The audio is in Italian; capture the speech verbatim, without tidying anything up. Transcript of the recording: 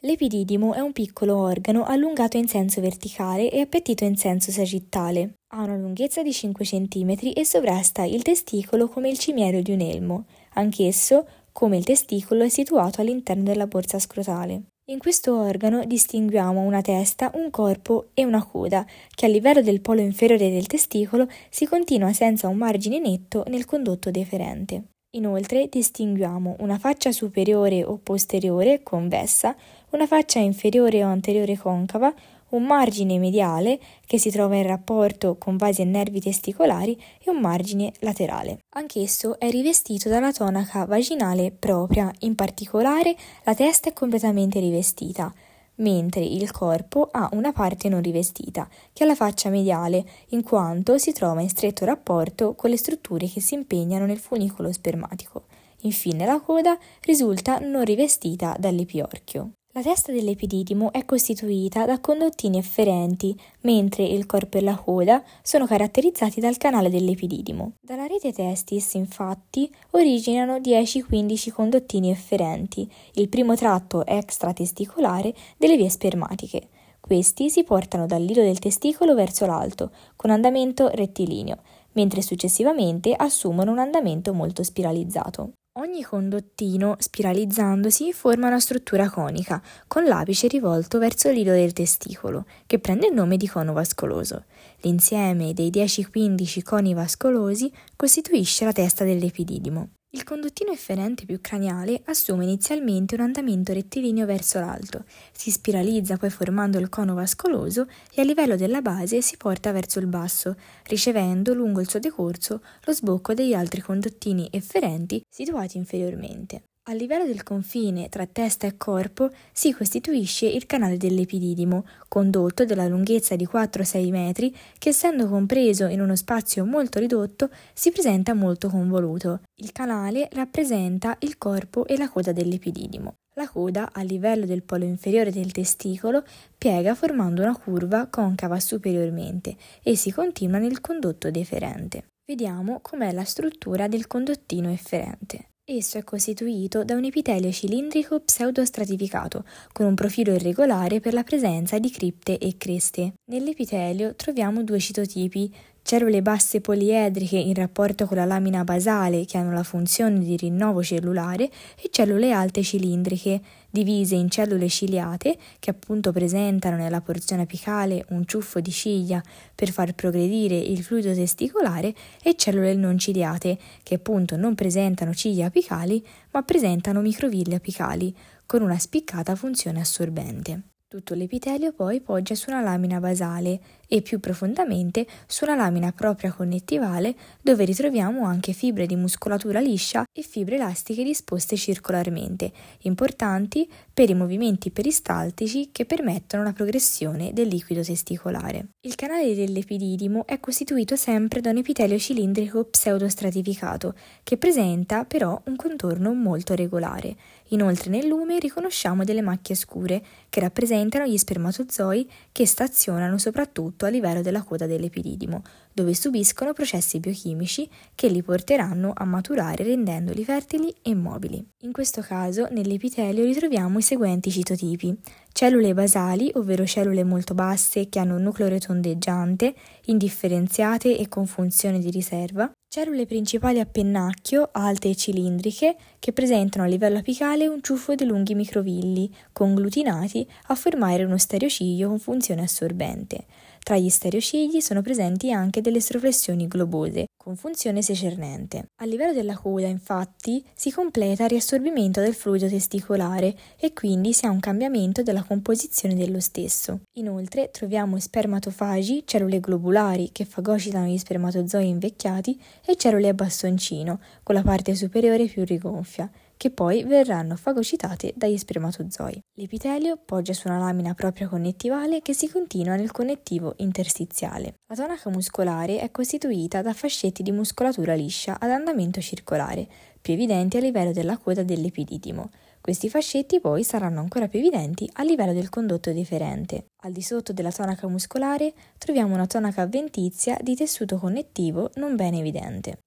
L'epididimo è un piccolo organo allungato in senso verticale e appettito in senso sagittale. Ha una lunghezza di cinque centimetri e sovrasta il testicolo come il cimiero di un elmo. Anch'esso, come il testicolo, è situato all'interno della borsa scrotale. In questo organo distinguiamo una testa, un corpo e una coda, che a livello del polo inferiore del testicolo si continua senza un margine netto nel condotto deferente. Inoltre distinguiamo una faccia superiore o posteriore convessa, una faccia inferiore o anteriore concava, un margine mediale che si trova in rapporto con vasi e nervi testicolari e un margine laterale. Anch'esso è rivestito dalla tonaca vaginale propria, in particolare la testa è completamente rivestita, mentre il corpo ha una parte non rivestita, che è la faccia mediale, in quanto si trova in stretto rapporto con le strutture che si impegnano nel funicolo spermatico. Infine la coda risulta non rivestita dall'epiorchio. La testa dell'epididimo è costituita da condottini efferenti, mentre il corpo e la coda sono caratterizzati dal canale dell'epididimo. Dalla rete testis, infatti, originano dieci quindici condottini efferenti, il primo tratto extratesticolare delle vie spermatiche. Questi si portano dal lido del testicolo verso l'alto, con andamento rettilineo, mentre successivamente assumono un andamento molto spiralizzato. Ogni condottino, spiralizzandosi, forma una struttura conica, con l'apice rivolto verso il lido del testicolo, che prende il nome di cono vascoloso. L'insieme dei dieci quindici coni vascolosi costituisce la testa dell'epididimo. Il condottino efferente più craniale assume inizialmente un andamento rettilineo verso l'alto, si spiralizza poi formando il cono vascoloso e a livello della base si porta verso il basso, ricevendo lungo il suo decorso lo sbocco degli altri condottini efferenti situati inferiormente. A livello del confine tra testa e corpo si costituisce il canale dell'epididimo, condotto della lunghezza di quattro sei metri che, essendo compreso in uno spazio molto ridotto, si presenta molto convoluto. Il canale rappresenta il corpo e la coda dell'epididimo. La coda, a livello del polo inferiore del testicolo, piega formando una curva concava superiormente e si continua nel condotto deferente. Vediamo com'è la struttura del condottino efferente. Esso è costituito da un epitelio cilindrico pseudostratificato, con un profilo irregolare per la presenza di cripte e creste. Nell'epitelio troviamo due citotipi, cellule basse poliedriche in rapporto con la lamina basale che hanno la funzione di rinnovo cellulare e cellule alte cilindriche, divise in cellule ciliate che appunto presentano nella porzione apicale un ciuffo di ciglia per far progredire il fluido testicolare e cellule non ciliate che appunto non presentano ciglia apicali ma presentano microville apicali con una spiccata funzione assorbente. Tutto l'epitelio poi poggia su una lamina basale e più profondamente su una lamina propria connettivale dove ritroviamo anche fibre di muscolatura liscia e fibre elastiche disposte circolarmente, importanti per i movimenti peristaltici che permettono la progressione del liquido testicolare. Il canale dell'epididimo è costituito sempre da un epitelio cilindrico pseudostratificato che presenta però un contorno molto regolare. Inoltre nel lume riconosciamo delle macchie scure che rappresentano gli spermatozoi che stazionano soprattutto a livello della coda dell'epididimo, dove subiscono processi biochimici che li porteranno a maturare rendendoli fertili e mobili. In questo caso nell'epitelio ritroviamo i seguenti citotipi: cellule basali, ovvero cellule molto basse che hanno un nucleo retondeggiante, indifferenziate e con funzione di riserva, cellule principali a pennacchio, alte e cilindriche, che presentano a livello apicale un ciuffo di lunghi microvilli, conglutinati a formare uno stereociglio con funzione assorbente. Tra gli stereocigli sono presenti anche delle estroflessioni globose, con funzione secernente. A livello della coda, infatti, si completa il riassorbimento del fluido testicolare e quindi si ha un cambiamento della composizione dello stesso. Inoltre troviamo spermatofagi, cellule globulari che fagocitano gli spermatozoi invecchiati e cellule a bastoncino, con la parte superiore più rigonfia, che poi verranno fagocitate dagli spermatozoi. L'epitelio poggia su una lamina propria connettivale che si continua nel connettivo interstiziale. La tonaca muscolare è costituita da fascetti di muscolatura liscia ad andamento circolare, più evidenti a livello della coda dell'epididimo. Questi fascetti poi saranno ancora più evidenti a livello del condotto deferente. Al di sotto della tonaca muscolare troviamo una tonaca avventizia di tessuto connettivo non bene evidente.